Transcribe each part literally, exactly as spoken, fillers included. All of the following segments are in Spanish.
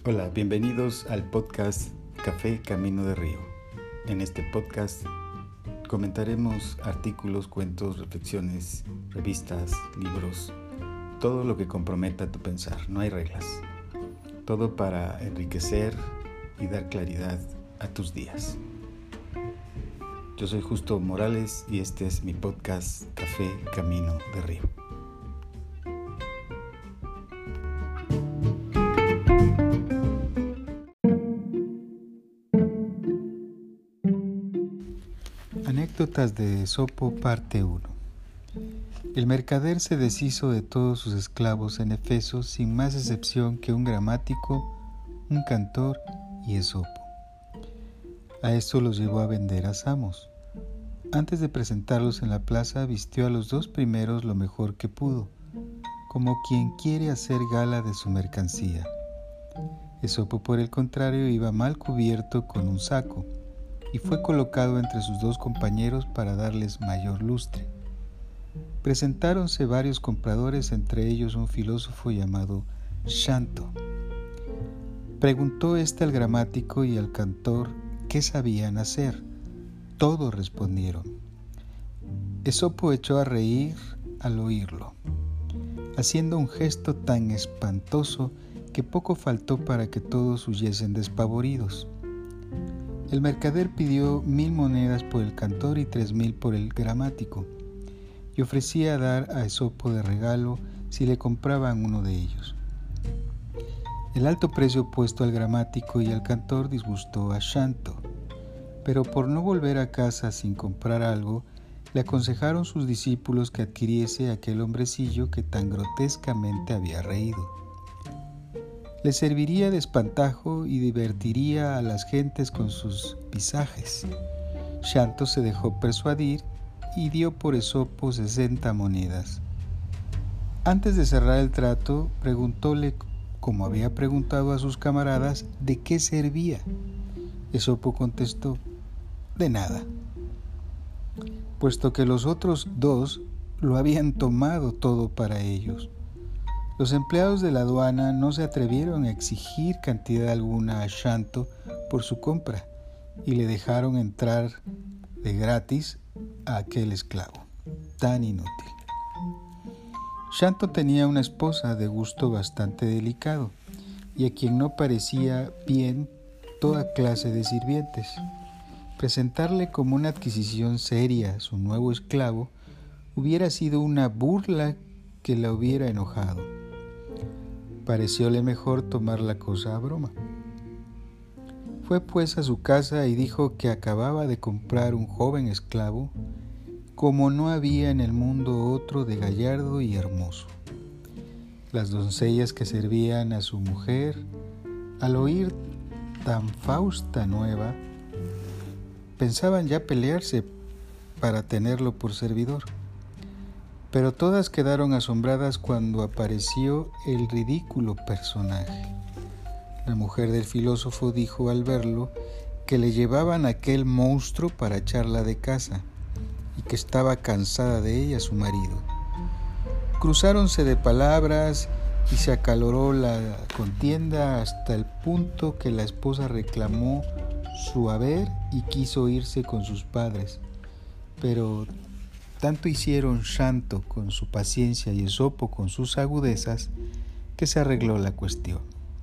Hola, bienvenidos al podcast Café Camino de Río. En este podcast comentaremos artículos, cuentos, reflexiones, revistas, libros, todo lo que comprometa tu pensar. No hay reglas. Todo para enriquecer y dar claridad a tus días. Yo soy Justo Morales y este es mi podcast Café Camino de Río. Anécdotas de Esopo, parte uno. El mercader se deshizo de todos sus esclavos en Efeso sin más excepción que un gramático, un cantor y Esopo. A esto los llevó a vender a Samos. Antes de presentarlos en la plaza, vistió a los dos primeros lo mejor que pudo, como quien quiere hacer gala de su mercancía. Esopo, por el contrario, iba mal cubierto con un saco, y fue colocado entre sus dos compañeros para darles mayor lustre. Presentáronse varios compradores, entre ellos un filósofo llamado Xanto. Preguntó éste al gramático y al cantor qué sabían hacer. Todos respondieron. Esopo echó a reír al oírlo, haciendo un gesto tan espantoso que poco faltó para que todos huyesen despavoridos. El mercader pidió mil monedas por el cantor y tres mil por el gramático, y ofrecía dar a Esopo de regalo si le compraban uno de ellos. El alto precio puesto al gramático y al cantor disgustó a Xanto, pero por no volver a casa sin comprar algo, le aconsejaron sus discípulos que adquiriese aquel hombrecillo que tan grotescamente había reído. Le serviría de espantajo y divertiría a las gentes con sus visajes. Xanto se dejó persuadir y dio por Esopo sesenta monedas. Antes de cerrar el trato, preguntóle, como había preguntado a sus camaradas, de qué servía. Esopo contestó, de nada, puesto que los otros dos lo habían tomado todo para ellos. Los empleados de la aduana no se atrevieron a exigir cantidad alguna a Xanto por su compra y le dejaron entrar de gratis a aquel esclavo tan inútil. Xanto tenía una esposa de gusto bastante delicado y a quien no parecía bien toda clase de sirvientes. Presentarle como una adquisición seria su nuevo esclavo hubiera sido una burla que la hubiera enojado. Parecióle mejor tomar la cosa a broma. Fue pues a su casa y dijo que acababa de comprar un joven esclavo, como no había en el mundo otro de gallardo y hermoso. Las doncellas que servían a su mujer, al oír tan fausta nueva, pensaban ya pelearse para tenerlo por servidor. Pero todas quedaron asombradas cuando apareció el ridículo personaje. La mujer del filósofo dijo al verlo que le llevaban a aquel monstruo para echarla de casa y que estaba cansada de ella su marido. Cruzáronse de palabras y se acaloró la contienda hasta el punto que la esposa reclamó su haber y quiso irse con sus padres. Pero tanto hicieron Xanto con su paciencia y Esopo con sus agudezas que se arregló la cuestión.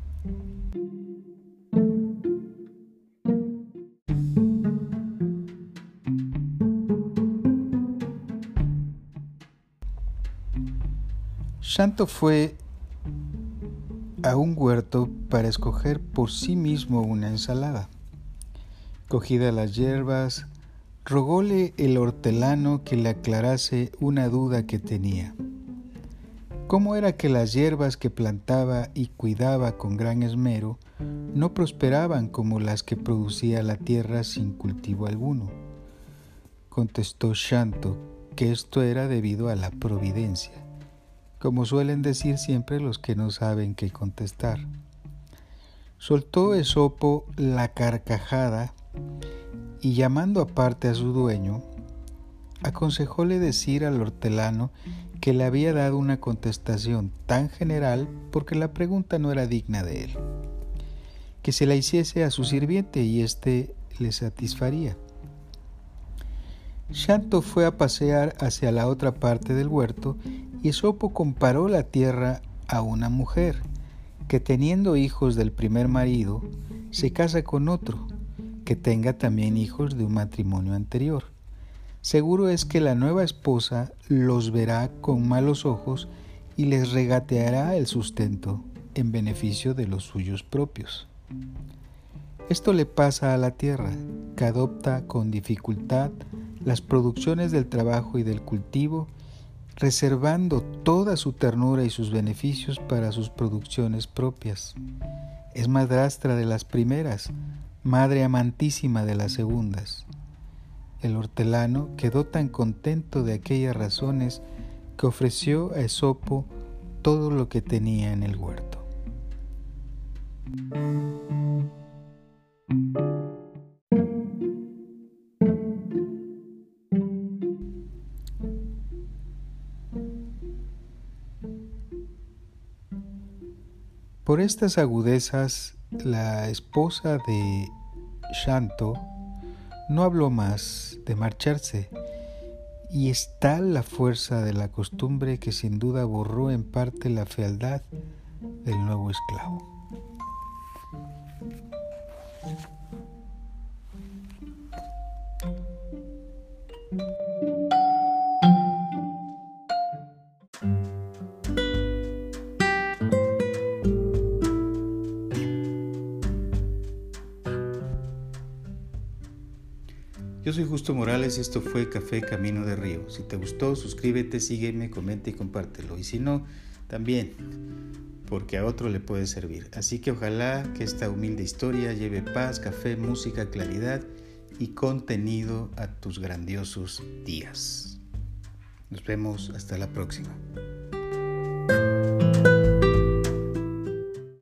Xanto fue a un huerto para escoger por sí mismo una ensalada. Cogida las hierbas, rogóle el hortelano que le aclarase una duda que tenía. ¿Cómo era que las hierbas que plantaba y cuidaba con gran esmero no prosperaban como las que producía la tierra sin cultivo alguno? Contestó Xanto que esto era debido a la providencia, como suelen decir siempre los que no saben qué contestar. Soltó Esopo la carcajada y llamando aparte a su dueño, aconsejóle decir al hortelano que le había dado una contestación tan general porque la pregunta no era digna de él. que se la hiciese a su sirviente y éste le satisfaría. Shanto fue a pasear hacia la otra parte del huerto y Esopo comparó la tierra a una mujer que, teniendo hijos del primer marido, se casa con otro que tenga también hijos de un matrimonio anterior. Seguro es que la nueva esposa los verá con malos ojos y les regateará el sustento en beneficio de los suyos propios. Esto le pasa a la tierra, que adopta con dificultad las producciones del trabajo y del cultivo, reservando toda su ternura y sus beneficios para sus producciones propias. Es madrastra de las primeras, madre amantísima de las segundas. El hortelano quedó tan contento de aquellas razones que ofreció a Esopo todo lo que tenía en el huerto. Por estas agudezas, la esposa de Shanto no habló más de marcharse, y es tal la fuerza de la costumbre que sin duda borró en parte la fealdad del nuevo esclavo. Yo soy Justo Morales y esto fue Café Camino de Río. Si te gustó, suscríbete, sígueme, comenta y compártelo. Y si no, también, porque a otro le puede servir. Así que ojalá que esta humilde historia lleve paz, café, música, claridad y contenido a tus grandiosos días. Nos vemos hasta la próxima.